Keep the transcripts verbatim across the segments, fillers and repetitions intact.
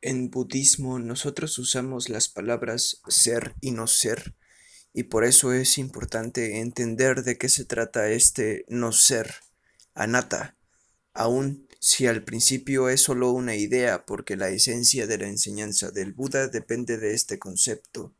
En budismo nosotros usamos las palabras ser y no ser, y por eso es importante entender de qué se trata este no ser, anatta, aun si al principio es solo una idea, porque la esencia de la enseñanza del Buda depende de este concepto.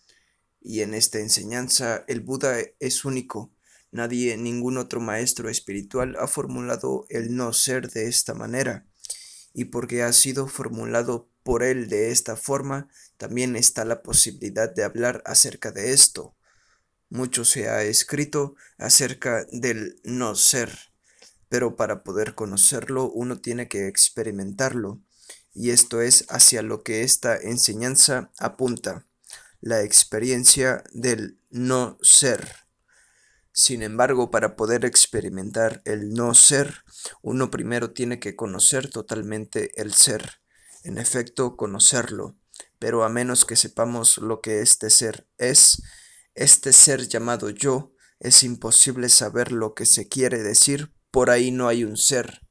Y en esta enseñanza el Buda es único. Nadie, ningún otro maestro espiritual ha formulado el no ser de esta manera. Y porque ha sido formulado por él de esta forma, también está la posibilidad de hablar acerca de esto. Mucho se ha escrito acerca del no ser, pero para poder conocerlo uno tiene que experimentarlo, y esto es hacia lo que esta enseñanza apunta, la experiencia del no ser. Sin embargo, para poder experimentar el no ser, uno primero tiene que conocer totalmente el ser, en efecto, conocerlo, pero a menos que sepamos lo que este ser es, este ser llamado yo, es imposible saber lo que se quiere decir, por ahí no hay un ser.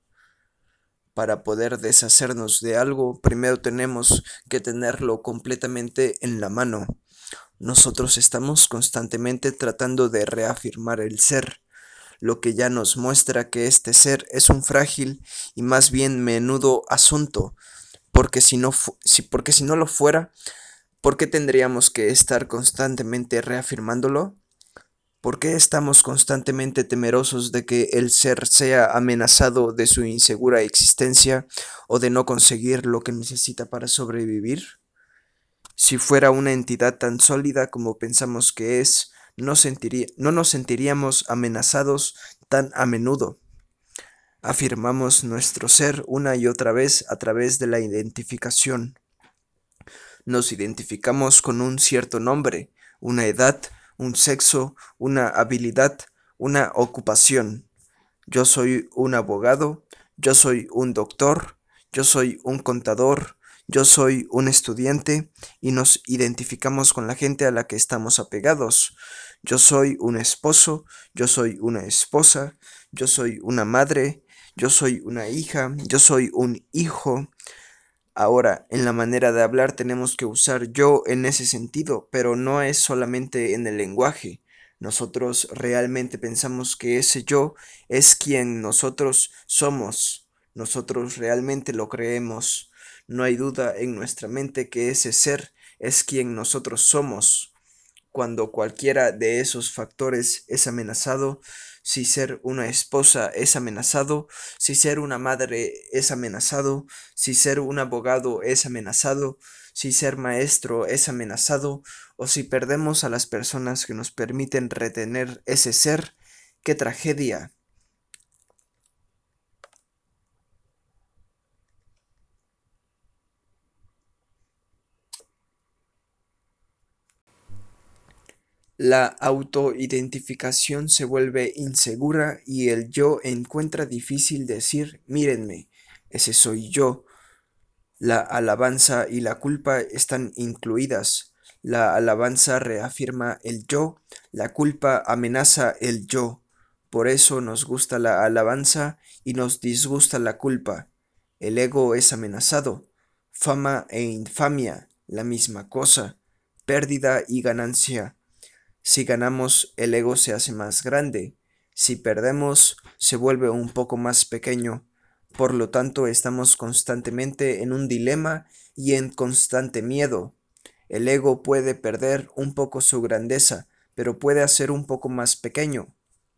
Para poder deshacernos de algo, primero tenemos que tenerlo completamente en la mano. Nosotros estamos constantemente tratando de reafirmar el ser, lo que ya nos muestra que este ser es un frágil y más bien menudo asunto, porque si no, si, porque si no lo fuera, ¿por qué tendríamos que estar constantemente reafirmándolo? ¿Por qué estamos constantemente temerosos de que el ser sea amenazado de su insegura existencia o de no conseguir lo que necesita para sobrevivir? Si fuera una entidad tan sólida como pensamos que es, no, sentiría, no nos sentiríamos amenazados tan a menudo. Afirmamos nuestro ser una y otra vez a través de la identificación. Nos identificamos con un cierto nombre, una edad, un sexo, una habilidad, una ocupación. Yo soy un abogado, yo soy un doctor, yo soy un contador, yo soy un estudiante, y nos identificamos con la gente a la que estamos apegados. Yo soy un esposo, yo soy una esposa, yo soy una madre, yo soy una hija, yo soy un hijo. Ahora, en la manera de hablar tenemos que usar yo en ese sentido, pero no es solamente en el lenguaje. Nosotros realmente pensamos que ese yo es quien nosotros somos. Nosotros realmente lo creemos. No hay duda en nuestra mente que ese ser es quien nosotros somos. Cuando cualquiera de esos factores es amenazado, si ser una esposa es amenazado, si ser una madre es amenazado, si ser un abogado es amenazado, si ser maestro es amenazado, o si perdemos a las personas que nos permiten retener ese ser, ¡qué tragedia! La autoidentificación se vuelve insegura y el yo encuentra difícil decir, mírenme, ese soy yo. La alabanza y la culpa están incluidas. La alabanza reafirma el yo, la culpa amenaza el yo. Por eso nos gusta la alabanza y nos disgusta la culpa. El ego es amenazado. Fama e infamia, la misma cosa. Pérdida y ganancia. Si ganamos, el ego se hace más grande. Si perdemos, se vuelve un poco más pequeño. Por lo tanto, estamos constantemente en un dilema y en constante miedo. El ego puede perder un poco su grandeza, pero puede hacer un poco más pequeño.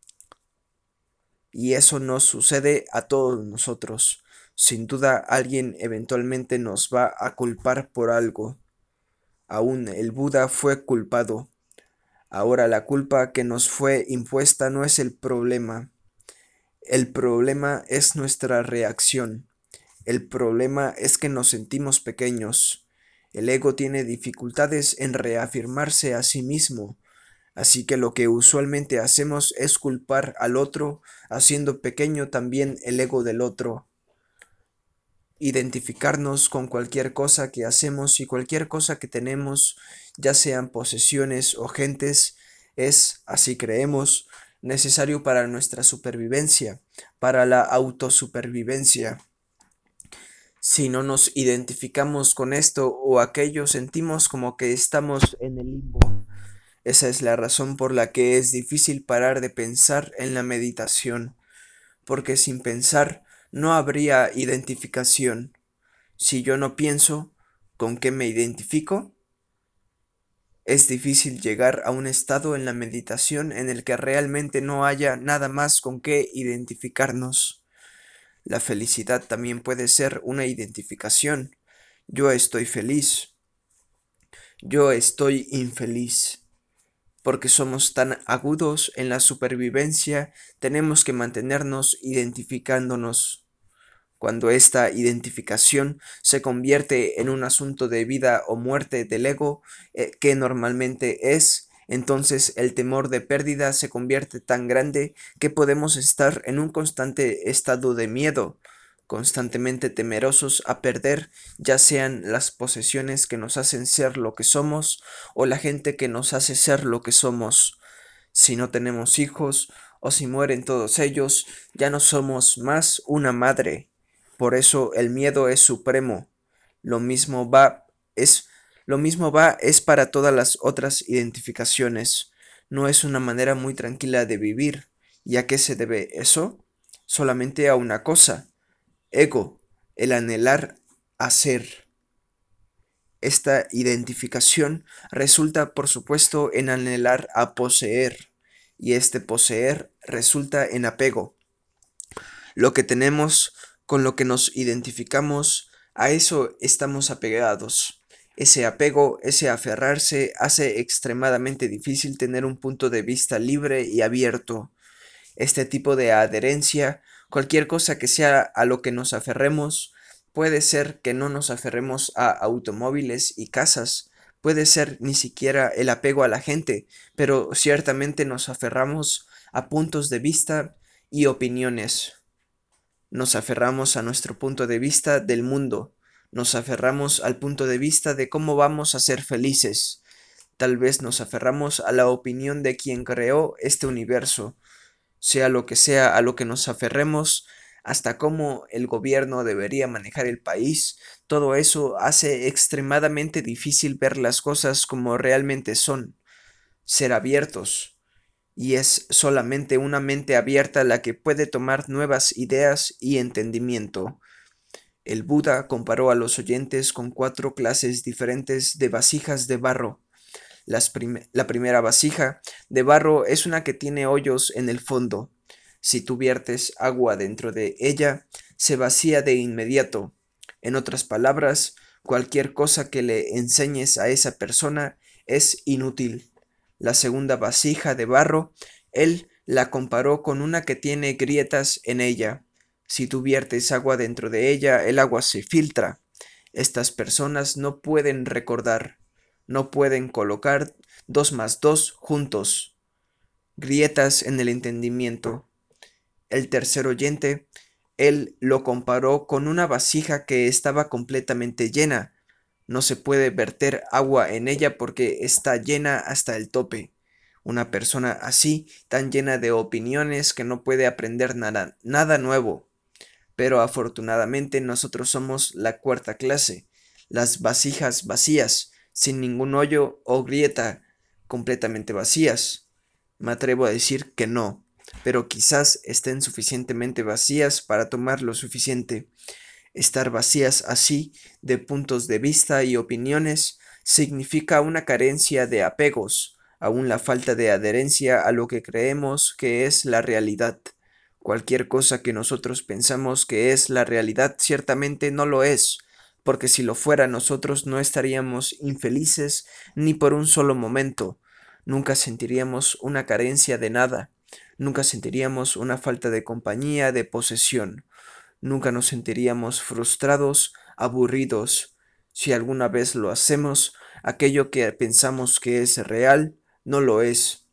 Y eso nos sucede a todos nosotros. Sin duda, alguien eventualmente nos va a culpar por algo. Aún el Buda fue culpado. Ahora la culpa que nos fue impuesta no es el problema. El problema es nuestra reacción. El problema es que nos sentimos pequeños. El ego tiene dificultades en reafirmarse a sí mismo, así que lo que usualmente hacemos es culpar al otro, haciendo pequeño también el ego del otro. Identificarnos con cualquier cosa que hacemos y cualquier cosa que tenemos, ya sean posesiones o gentes, es, así creemos, necesario para nuestra supervivencia, para la autosupervivencia. Si no nos identificamos con esto o aquello, sentimos como que estamos en el limbo. Esa es la razón por la que es difícil parar de pensar en la meditación, porque sin pensar no habría identificación. Si yo no pienso, ¿con qué me identifico? Es difícil llegar a un estado en la meditación en el que realmente no haya nada más con qué identificarnos. La felicidad también puede ser una identificación. Yo estoy feliz. Yo estoy infeliz. Porque somos tan agudos en la supervivencia, tenemos que mantenernos identificándonos. Cuando esta identificación se convierte en un asunto de vida o muerte del ego, eh, que normalmente es, entonces el temor de pérdida se convierte tan grande que podemos estar en un constante estado de miedo, constantemente temerosos a perder, ya sean las posesiones que nos hacen ser lo que somos o la gente que nos hace ser lo que somos. Si no tenemos hijos o si mueren todos ellos, ya no somos más una madre. Por eso el miedo es supremo. Lo mismo va es lo mismo va es para todas las otras identificaciones. No es una manera muy tranquila de vivir. ¿Y a qué se debe eso? Solamente a una cosa: ego, el anhelar hacer. Esta identificación resulta, por supuesto, en anhelar a poseer, y este poseer resulta en apego. Lo que tenemos, con lo que nos identificamos, a eso estamos apegados. Ese apego, ese aferrarse, hace extremadamente difícil tener un punto de vista libre y abierto. Este tipo de adherencia, cualquier cosa que sea a lo que nos aferremos, puede ser que no nos aferremos a automóviles y casas, puede ser ni siquiera el apego a la gente, pero ciertamente nos aferramos a puntos de vista y opiniones. Nos aferramos a nuestro punto de vista del mundo, nos aferramos al punto de vista de cómo vamos a ser felices. Tal vez nos aferramos a la opinión de quien creó este universo, sea lo que sea a lo que nos aferremos, hasta cómo el gobierno debería manejar el país, todo eso hace extremadamente difícil ver las cosas como realmente son, ser abiertos. Y es solamente una mente abierta la que puede tomar nuevas ideas y entendimiento. El Buda comparó a los oyentes con cuatro clases diferentes de vasijas de barro. Las prim la primera vasija de barro es una que tiene hoyos en el fondo. Si tú viertes agua dentro de ella, se vacía de inmediato. En otras palabras, cualquier cosa que le enseñes a esa persona es inútil. La segunda vasija de barro, él la comparó con una que tiene grietas en ella. Si tú viertes agua dentro de ella, el agua se filtra. Estas personas no pueden recordar, no pueden colocar dos más dos juntos. Grietas en el entendimiento. El tercer oyente, él lo comparó con una vasija que estaba completamente llena. No se puede verter agua en ella porque está llena hasta el tope. Una persona así, tan llena de opiniones que no puede aprender nada, nada nuevo. Pero afortunadamente nosotros somos la cuarta clase, las vasijas vacías, sin ningún hoyo o grieta, completamente vacías. Me atrevo a decir que no, pero quizás estén suficientemente vacías para tomar lo suficiente. Estar vacías así de puntos de vista y opiniones significa una carencia de apegos, aún la falta de adherencia a lo que creemos que es la realidad. Cualquier cosa que nosotros pensamos que es la realidad ciertamente no lo es, porque si lo fuera nosotros no estaríamos infelices ni por un solo momento, nunca sentiríamos una carencia de nada, nunca sentiríamos una falta de compañía, de posesión. Nunca nos sentiríamos frustrados, aburridos. Si alguna vez lo hacemos, aquello que pensamos que es real, no lo es.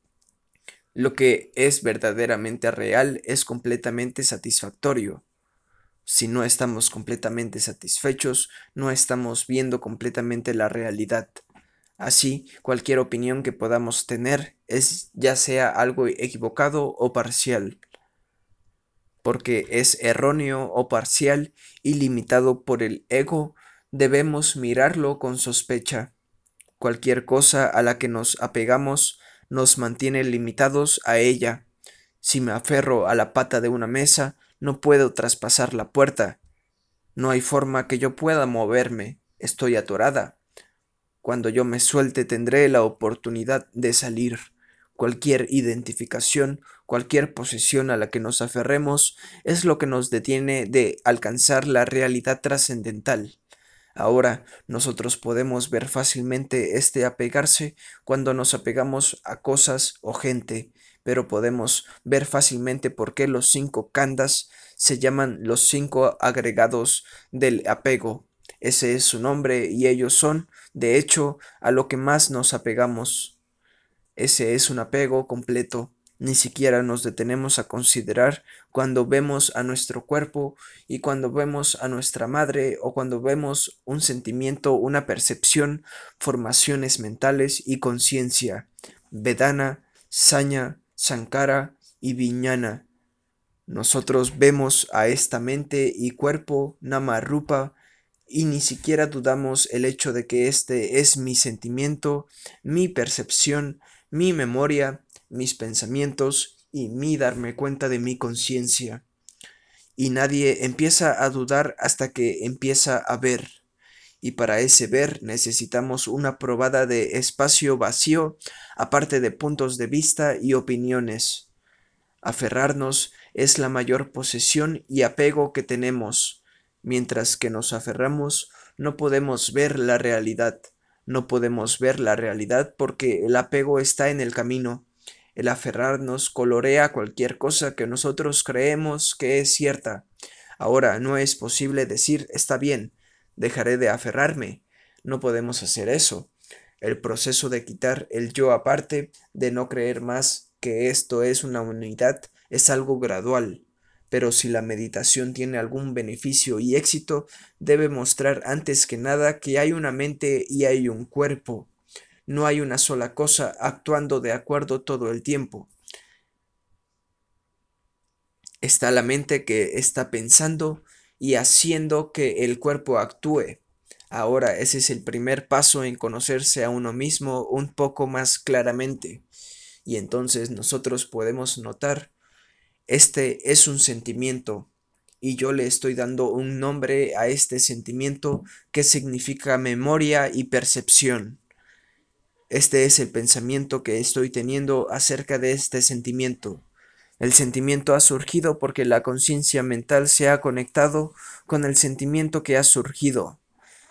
Lo que es verdaderamente real es completamente satisfactorio. Si no estamos completamente satisfechos, no estamos viendo completamente la realidad. Así, cualquier opinión que podamos tener es ya sea algo equivocado o parcial. porque es erróneo o parcial y limitado por el ego, debemos mirarlo con sospecha. Cualquier cosa a la que nos apegamos nos mantiene limitados a ella. Si me aferro a la pata de una mesa, no puedo traspasar la puerta. No hay forma que yo pueda moverme. Estoy atorada. Cuando yo me suelte tendré la oportunidad de salir. Cualquier identificación, cualquier posesión a la que nos aferremos es lo que nos detiene de alcanzar la realidad trascendental. Ahora nosotros podemos ver fácilmente este apegarse cuando nos apegamos a cosas o gente, pero podemos ver fácilmente por qué los cinco khandhas se llaman los cinco agregados del apego. Ese es su nombre y ellos son, de hecho, a lo que más nos apegamos. Ese es un apego completo. Ni siquiera nos detenemos a considerar cuando vemos a nuestro cuerpo y cuando vemos a nuestra madre o cuando vemos un sentimiento, una percepción, formaciones mentales y conciencia. Vedana, Saña, Sankara y Vijnana. Nosotros vemos a esta mente y cuerpo, Nama Rupa, y ni siquiera dudamos el hecho de que este es mi sentimiento, mi percepción, mi memoria, mis pensamientos y mi darme cuenta de mi conciencia. Y nadie empieza a dudar hasta que empieza a ver. Y para ese ver necesitamos una probada de espacio vacío, aparte de puntos de vista y opiniones. Aferrarnos es la mayor posesión y apego que tenemos. Mientras que nos aferramos, no podemos ver la realidad. No podemos ver la realidad porque el apego está en el camino. El aferrarnos colorea cualquier cosa que nosotros creemos que es cierta. Ahora no es posible decir está bien, dejaré de aferrarme. No podemos hacer eso. El proceso de quitar el yo aparte, de no creer más que esto es una unidad, es algo gradual. Pero si la meditación tiene algún beneficio y éxito, debe mostrar antes que nada que hay una mente y hay un cuerpo. No hay una sola cosa actuando de acuerdo todo el tiempo. Está la mente que está pensando y haciendo que el cuerpo actúe. Ahora ese es el primer paso en conocerse a uno mismo un poco más claramente. Y entonces nosotros podemos notar, este es un sentimiento y yo le estoy dando un nombre a este sentimiento que significa memoria y percepción. Este es el pensamiento que estoy teniendo acerca de este sentimiento. El sentimiento ha surgido porque la conciencia mental se ha conectado con el sentimiento que ha surgido.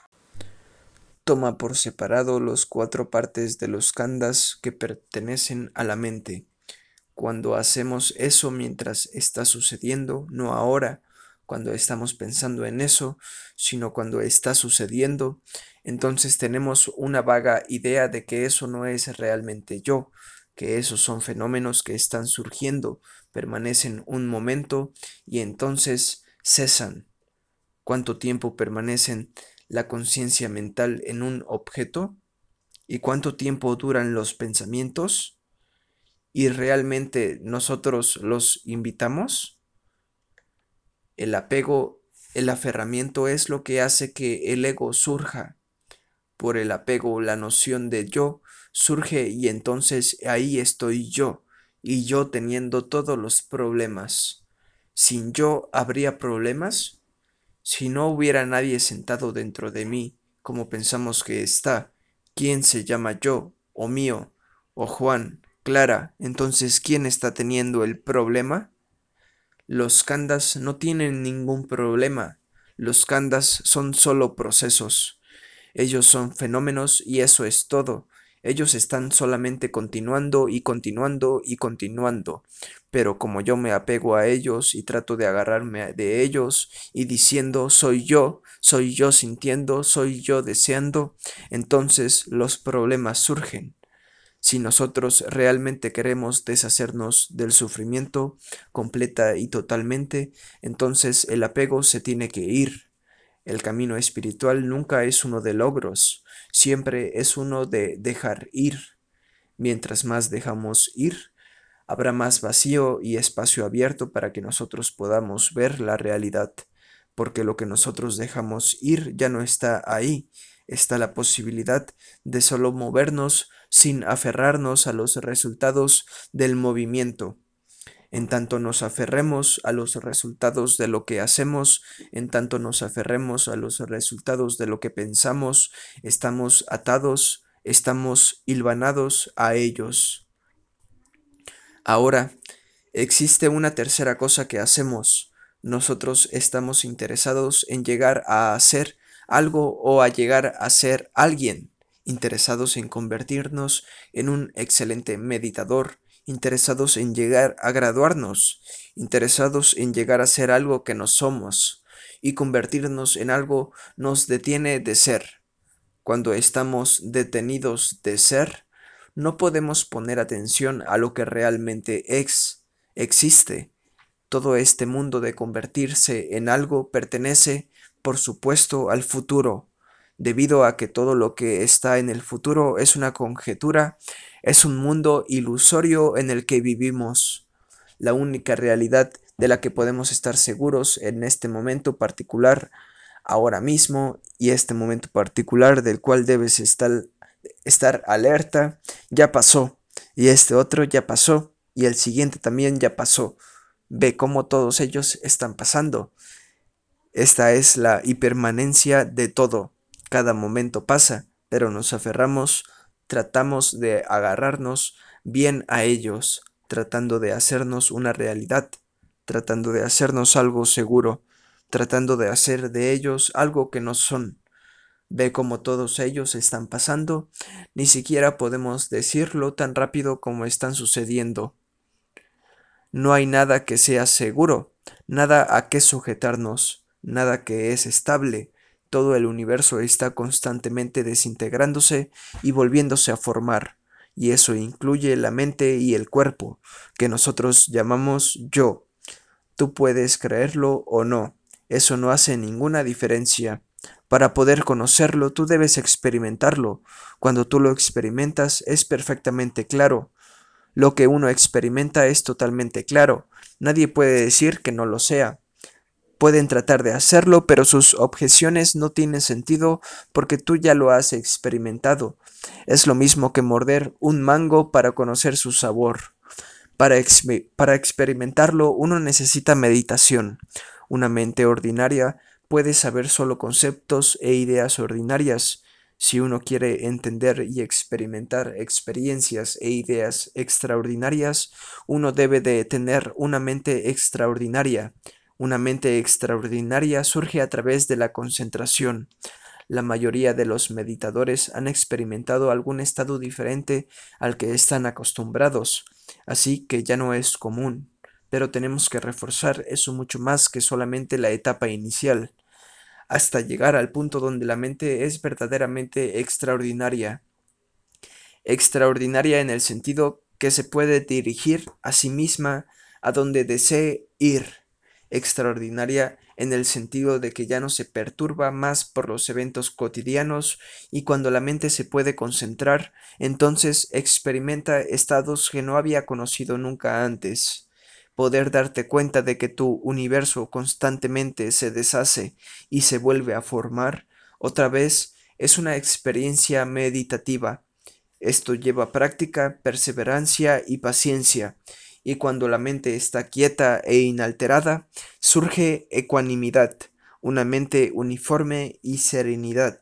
Toma por separado los cuatro partes de los khandhas que pertenecen a la mente. Cuando hacemos eso mientras está sucediendo, no ahora, cuando estamos pensando en eso, sino cuando está sucediendo, entonces tenemos una vaga idea de que eso no es realmente yo, que esos son fenómenos que están surgiendo, permanecen un momento y entonces cesan. ¿Cuánto tiempo permanecen la conciencia mental en un objeto? ¿Y cuánto tiempo duran los pensamientos? ¿Y realmente nosotros los invitamos? El apego, el aferramiento es lo que hace que el ego surja. Por el apego, la noción de yo surge y entonces ahí estoy yo, y yo teniendo todos los problemas. ¿Sin yo habría problemas? Si no hubiera nadie sentado dentro de mí, como pensamos que está, ¿quién se llama yo, o mío, o Juan, Clara? Entonces, ¿quién está teniendo el problema? Los khandhas no tienen ningún problema. Los khandhas son solo procesos. Ellos son fenómenos y eso es todo. Ellos están solamente continuando y continuando y continuando. Pero como yo me apego a ellos y trato de agarrarme de ellos y diciendo soy yo, soy yo sintiendo, soy yo deseando, entonces los problemas surgen. Si nosotros realmente queremos deshacernos del sufrimiento completa y totalmente, entonces el apego se tiene que ir. El camino espiritual nunca es uno de logros, siempre es uno de dejar ir. Mientras más dejamos ir, habrá más vacío y espacio abierto para que nosotros podamos ver la realidad, porque lo que nosotros dejamos ir ya no está ahí. Está la posibilidad de solo movernos sin aferrarnos a los resultados del movimiento. En tanto nos aferremos a los resultados de lo que hacemos, en tanto nos aferremos a los resultados de lo que pensamos, estamos atados, estamos hilvanados a ellos. Ahora, existe una tercera cosa que hacemos. Nosotros estamos interesados en llegar a hacer algo o a llegar a ser alguien, interesados en convertirnos en un excelente meditador, interesados en llegar a graduarnos, interesados en llegar a ser algo que no somos, y convertirnos en algo nos detiene de ser. Cuando estamos detenidos de ser, no podemos poner atención a lo que realmente ex, existe. Todo este mundo de convertirse en algo pertenece, por supuesto, al futuro, debido a que todo lo que está en el futuro es una conjetura, es un mundo ilusorio en el que vivimos. La única realidad de la que podemos estar seguros en este momento particular, ahora mismo, y este momento particular del cual debes estar, estar alerta, ya pasó, y este otro ya pasó, y el siguiente también ya pasó. Ve cómo todos ellos están pasando. Esta es la hipermanencia de todo. Cada momento pasa, pero nos aferramos, tratamos de agarrarnos bien a ellos, tratando de hacernos una realidad, tratando de hacernos algo seguro, tratando de hacer de ellos algo que no son. Ve cómo todos ellos están pasando, ni siquiera podemos decirlo tan rápido como están sucediendo. No hay nada que sea seguro, nada a qué sujetarnos, nada que es estable. Todo el universo está constantemente desintegrándose y volviéndose a formar, y eso incluye la mente y el cuerpo, que nosotros llamamos yo. Tú puedes creerlo o no, eso no hace ninguna diferencia. Para poder conocerlo, tú debes experimentarlo. Cuando tú lo experimentas, es perfectamente claro. Lo que uno experimenta es totalmente claro. Nadie puede decir que no lo sea. Pueden tratar de hacerlo, pero sus objeciones no tienen sentido porque tú ya lo has experimentado. Es lo mismo que morder un mango para conocer su sabor. Para, exp para experimentarlo uno necesita meditación. Una mente ordinaria puede saber solo conceptos e ideas ordinarias. Si uno quiere entender y experimentar experiencias e ideas extraordinarias, uno debe de tener una mente extraordinaria. Una mente extraordinaria surge a través de la concentración. La mayoría de los meditadores han experimentado algún estado diferente al que están acostumbrados, así que ya no es común, pero tenemos que reforzar eso mucho más que solamente la etapa inicial, hasta llegar al punto donde la mente es verdaderamente extraordinaria. Extraordinaria en el sentido que se puede dirigir a sí misma a donde desee ir. Extraordinaria en el sentido de que ya no se perturba más por los eventos cotidianos y cuando la mente se puede concentrar, entonces experimenta estados que no había conocido nunca antes. Poder darte cuenta de que tu universo constantemente se deshace y se vuelve a formar, otra vez, es una experiencia meditativa. Esto lleva práctica, perseverancia y paciencia, y cuando la mente está quieta e inalterada, surge ecuanimidad, una mente uniforme y serenidad.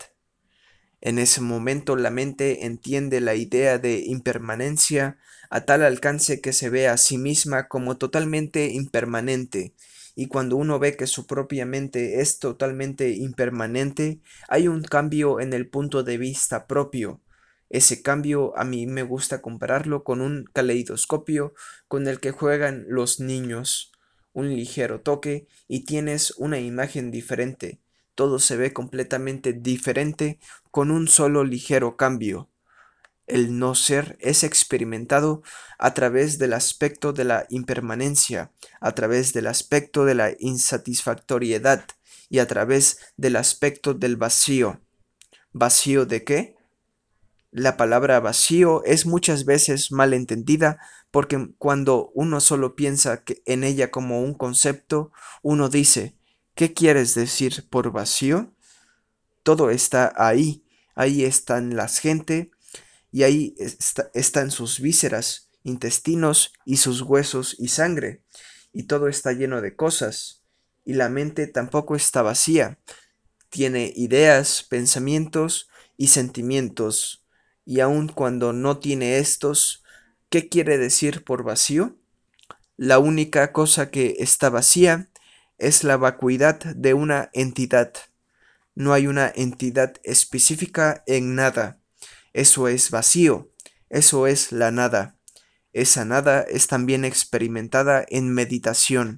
En ese momento la mente entiende la idea de impermanencia a tal alcance que se ve a sí misma como totalmente impermanente, y cuando uno ve que su propia mente es totalmente impermanente, hay un cambio en el punto de vista propio. Ese cambio a mí me gusta compararlo con un caleidoscopio con el que juegan los niños. Un ligero toque y tienes una imagen diferente. Todo se ve completamente diferente con un solo ligero cambio. El no ser es experimentado a través del aspecto de la impermanencia, a través del aspecto de la insatisfactoriedad y a través del aspecto del vacío. ¿Vacío de qué? La palabra vacío es muchas veces mal entendida porque cuando uno solo piensa que en ella como un concepto, uno dice, ¿qué quieres decir por vacío? Todo está ahí, ahí están las gente y ahí está- están sus vísceras, intestinos y sus huesos y sangre, y todo está lleno de cosas, y la mente tampoco está vacía, tiene ideas, pensamientos y sentimientos, y aun cuando no tiene estos, ¿qué quiere decir por vacío? La única cosa que está vacía es la vacuidad de una entidad. No hay una entidad específica en nada. Eso es vacío. Eso es la nada. Esa nada es también experimentada en meditación.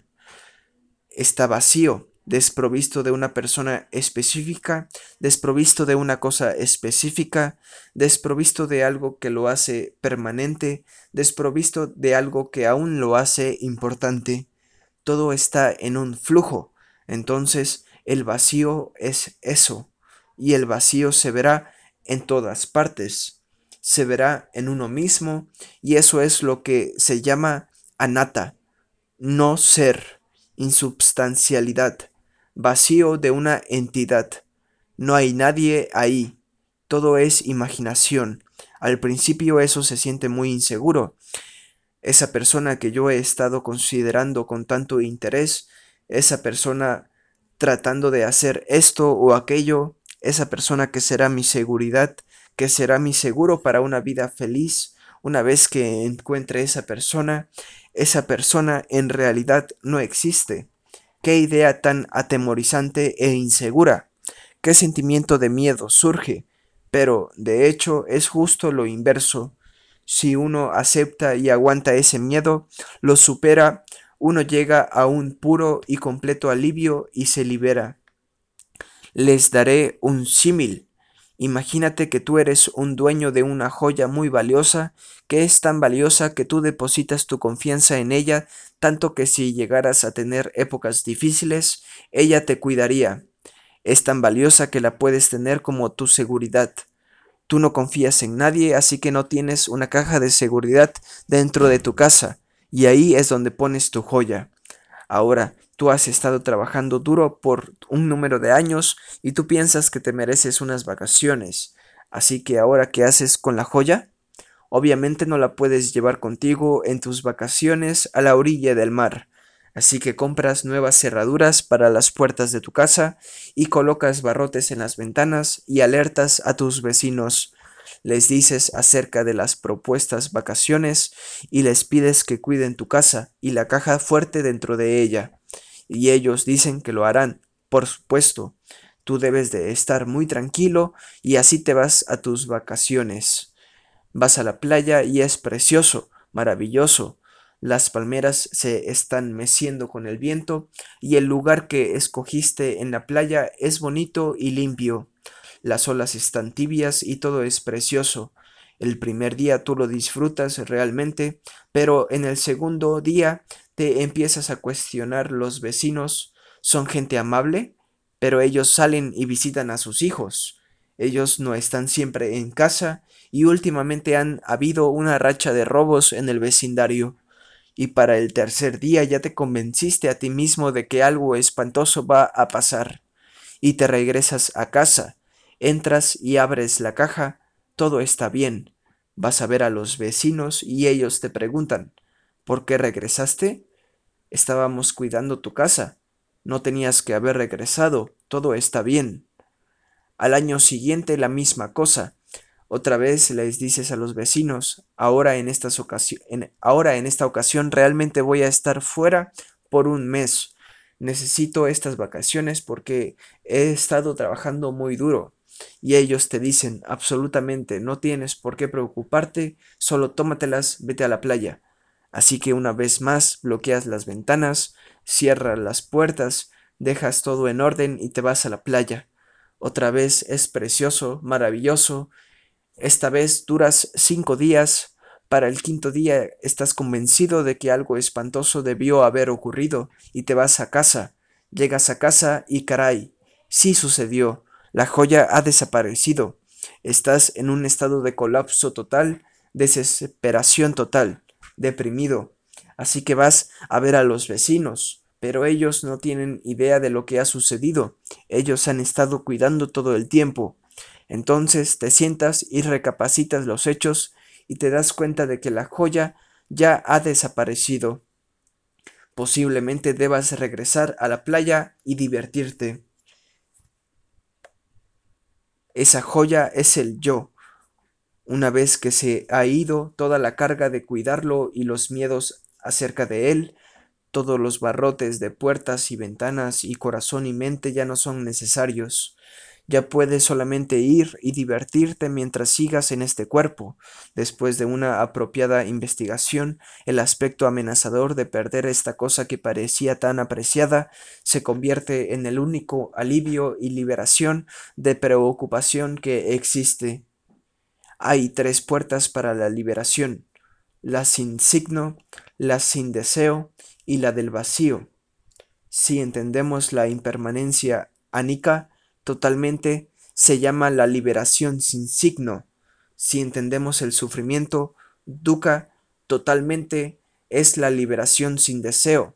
Está vacío, desprovisto de una persona específica, desprovisto de una cosa específica, desprovisto de algo que lo hace permanente, desprovisto de algo que aún lo hace importante. Todo está en un flujo. Entonces, el vacío es eso, y el vacío se verá en todas partes. Se verá en uno mismo, y eso es lo que se llama anatta, no ser, insubstancialidad, vacío de una entidad. No hay nadie ahí, todo es imaginación. Al principio eso se siente muy inseguro. Esa persona que yo he estado considerando con tanto interés, esa persona tratando de hacer esto o aquello, esa persona que será mi seguridad, que será mi seguro para una vida feliz, una vez que encuentre esa persona, esa persona en realidad no existe. Qué idea tan atemorizante e insegura. Qué sentimiento de miedo surge. Pero, de hecho, es justo lo inverso. Si uno acepta y aguanta ese miedo, lo supera, uno llega a un puro y completo alivio y se libera. Les daré un símil. Imagínate que tú eres un dueño de una joya muy valiosa, que es tan valiosa que tú depositas tu confianza en ella, tanto que si llegaras a tener épocas difíciles, ella te cuidaría. Es tan valiosa que la puedes tener como tu seguridad. Tú no confías en nadie, así que no tienes una caja de seguridad dentro de tu casa, y ahí es donde pones tu joya. Ahora, tú has estado trabajando duro por un número de años y tú piensas que te mereces unas vacaciones. Así que ahora, ¿qué haces con la joya? Obviamente no la puedes llevar contigo en tus vacaciones a la orilla del mar. Así que compras nuevas cerraduras para las puertas de tu casa y colocas barrotes en las ventanas y alertas a tus vecinos. Les dices acerca de las propuestas vacaciones y les pides que cuiden tu casa y la caja fuerte dentro de ella. Y ellos dicen que lo harán, por supuesto. Tú debes de estar muy tranquilo y así te vas a tus vacaciones. Vas a la playa y es precioso, maravilloso. Las palmeras se están meciendo con el viento y el lugar que escogiste en la playa es bonito y limpio. Las olas están tibias y todo es precioso. El primer día tú lo disfrutas realmente, pero en el segundo día te empiezas a cuestionar los vecinos. ¿Son gente amable? Pero ellos salen y visitan a sus hijos. Ellos no están siempre en casa y últimamente han habido una racha de robos en el vecindario. Y para el tercer día ya te convenciste a ti mismo de que algo espantoso va a pasar. Y te regresas a casa, entras y abres la caja, todo está bien. Vas a ver a los vecinos y ellos te preguntan, ¿por qué regresaste? Estábamos cuidando tu casa. No tenías que haber regresado, todo está bien. Al año siguiente la misma cosa. Otra vez les dices a los vecinos, ahora en, estas ocasi- en, ahora en esta ocasión realmente voy a estar fuera por un mes. Necesito estas vacaciones porque he estado trabajando muy duro. Y ellos te dicen, absolutamente, no tienes por qué preocuparte, solo tómatelas, vete a la playa. Así que una vez más bloqueas las ventanas, cierras las puertas, dejas todo en orden y te vas a la playa. Otra vez es precioso, maravilloso. Esta vez duras cinco días. Para el quinto día estás convencido de que algo espantoso debió haber ocurrido y te vas a casa. Llegas a casa y caray, sí sucedió. La joya ha desaparecido. Estás en un estado de colapso total, desesperación total, deprimido. Así que vas a ver a los vecinos, pero ellos no tienen idea de lo que ha sucedido. Ellos han estado cuidando todo el tiempo. Entonces te sientas y recapacitas los hechos y te das cuenta de que la joya ya ha desaparecido. Posiblemente debas regresar a la playa y divertirte. Esa joya es el yo. Una vez que se ha ido toda la carga de cuidarlo y los miedos acerca de él, todos los barrotes de puertas y ventanas y corazón y mente ya no son necesarios. Ya puedes solamente ir y divertirte mientras sigas en este cuerpo. Después de una apropiada investigación, el aspecto amenazador de perder esta cosa que parecía tan apreciada se convierte en el único alivio y liberación de preocupación que existe. Hay tres puertas para la liberación: la sin signo, la sin deseo y la del vacío. Si entendemos la impermanencia anika totalmente, se llama la liberación sin signo. Si entendemos el sufrimiento dukkha totalmente, es la liberación sin deseo.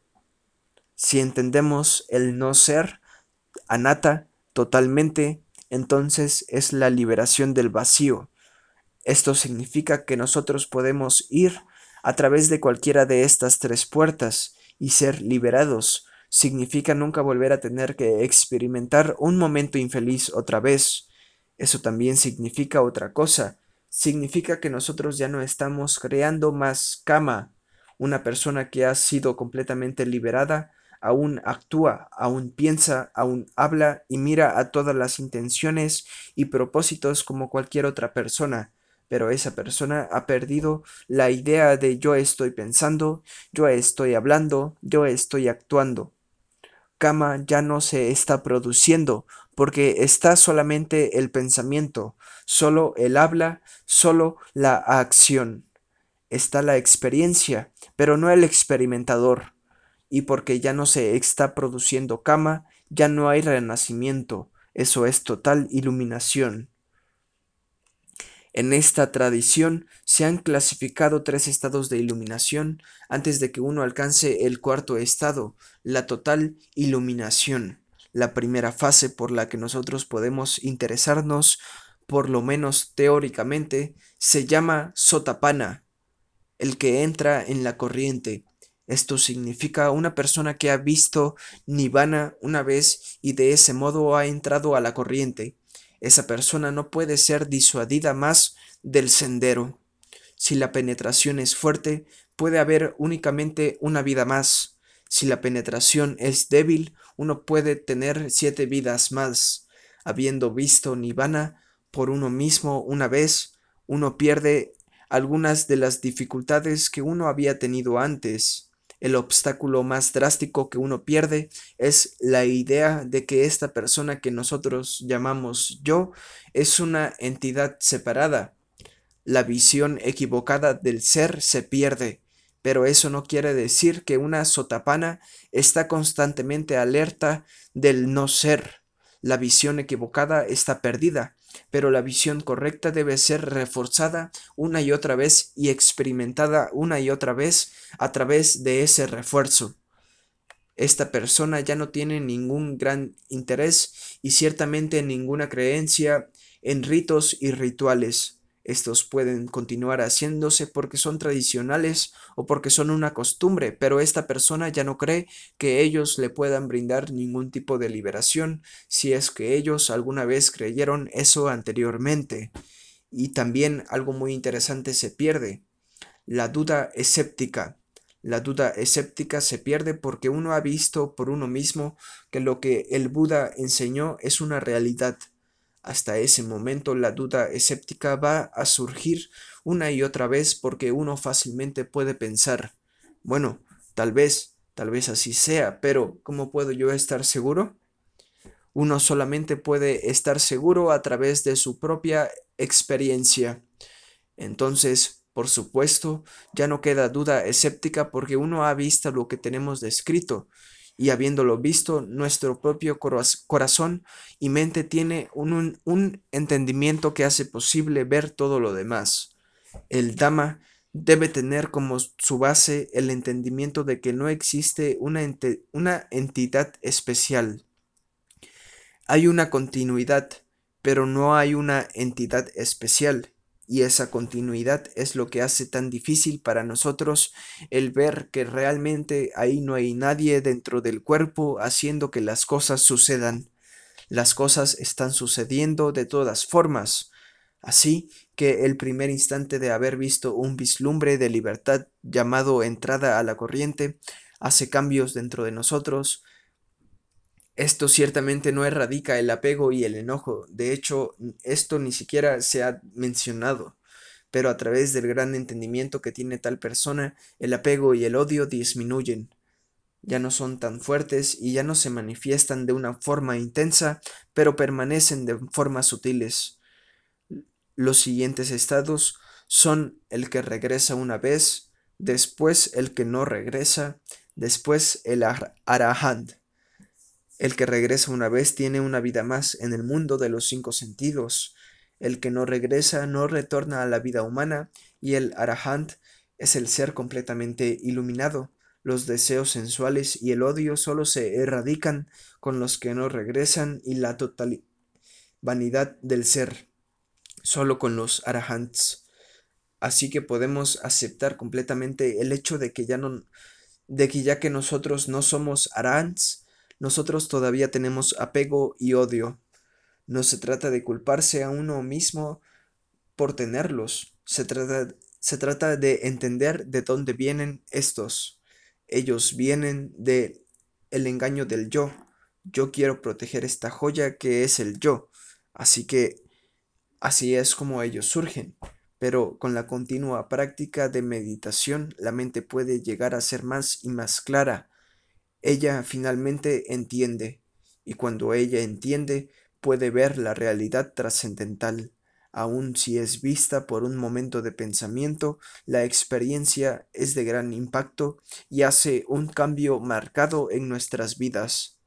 Si entendemos el no ser anatta totalmente, entonces es la liberación del vacío. Esto significa que nosotros podemos ir a través de cualquiera de estas tres puertas y ser liberados. Significa nunca volver a tener que experimentar un momento infeliz otra vez. Eso también significa otra cosa. Significa que nosotros ya no estamos creando más kama. Una persona que ha sido completamente liberada aún actúa, aún piensa, aún habla y mira a todas las intenciones y propósitos como cualquier otra persona. Pero esa persona ha perdido la idea de yo estoy pensando, yo estoy hablando, yo estoy actuando. Kama ya no se está produciendo porque está solamente el pensamiento, solo el habla, solo la acción. Está la experiencia, pero no el experimentador. Y porque ya no se está produciendo kama, ya no hay renacimiento. Eso es total iluminación. En esta tradición se han clasificado tres estados de iluminación antes de que uno alcance el cuarto estado, la total iluminación. La primera fase por la que nosotros podemos interesarnos, por lo menos teóricamente, se llama Sotapanna, el que entra en la corriente. Esto significa una persona que ha visto Nirvana una vez y de ese modo ha entrado a la corriente. Esa persona no puede ser disuadida más del sendero. Si la penetración es fuerte, puede haber únicamente una vida más. Si la penetración es débil, uno puede tener siete vidas más. Habiendo visto Nirvana por uno mismo una vez, uno pierde algunas de las dificultades que uno había tenido antes. El obstáculo más drástico que uno pierde es la idea de que esta persona que nosotros llamamos yo es una entidad separada. La visión equivocada del ser se pierde, pero eso no quiere decir que una sotapanna está constantemente alerta del no ser. La visión equivocada está perdida, pero la visión correcta debe ser reforzada una y otra vez y experimentada una y otra vez a través de ese refuerzo. Esta persona ya no tiene ningún gran interés y ciertamente ninguna creencia en ritos y rituales. Estos pueden continuar haciéndose porque son tradicionales o porque son una costumbre, pero esta persona ya no cree que ellos le puedan brindar ningún tipo de liberación si es que ellos alguna vez creyeron eso anteriormente. Y también algo muy interesante se pierde: la duda escéptica. La duda escéptica se pierde porque uno ha visto por uno mismo que lo que el Buda enseñó es una realidad. Hasta ese momento la duda escéptica va a surgir una y otra vez porque uno fácilmente puede pensar, bueno, tal vez, tal vez así sea, pero ¿cómo puedo yo estar seguro? Uno solamente puede estar seguro a través de su propia experiencia. Entonces, por supuesto, ya no queda duda escéptica porque uno ha visto lo que tenemos descrito y habiéndolo visto, nuestro propio corazón y mente tiene un, un, un entendimiento que hace posible ver todo lo demás. El Dhamma debe tener como su base el entendimiento de que no existe una, ente, una entidad especial. Hay una continuidad, pero no hay una entidad especial. Y esa continuidad es lo que hace tan difícil para nosotros el ver que realmente ahí no hay nadie dentro del cuerpo haciendo que las cosas sucedan. Las cosas están sucediendo de todas formas. Así que el primer instante de haber visto un vislumbre de libertad llamado entrada a la corriente hace cambios dentro de nosotros. Esto ciertamente no erradica el apego y el enojo, de hecho, esto ni siquiera se ha mencionado, pero a través del gran entendimiento que tiene tal persona, el apego y el odio disminuyen, ya no son tan fuertes y ya no se manifiestan de una forma intensa, pero permanecen de formas sutiles. Los siguientes estados son el que regresa una vez, después el que no regresa, después el arahant. El que regresa una vez tiene una vida más en el mundo de los cinco sentidos. El que no regresa no retorna a la vida humana y el arahant es el ser completamente iluminado. Los deseos sensuales y el odio solo se erradican con los que no regresan y la total vanidad del ser, solo con los arahants. Así que podemos aceptar completamente el hecho de que ya no, de que ya que nosotros no somos arahants, nosotros todavía tenemos apego y odio. No se trata de culparse a uno mismo por tenerlos, se trata, se trata de entender de dónde vienen estos. Ellos vienen de el engaño del yo. Yo quiero proteger esta joya que es el yo. Así que así es como ellos surgen. Pero con la continua práctica de meditación, la mente puede llegar a ser más y más clara. Ella finalmente entiende, y cuando ella entiende, puede ver la realidad trascendental. Aun si es vista por un momento de pensamiento, la experiencia es de gran impacto y hace un cambio marcado en nuestras vidas.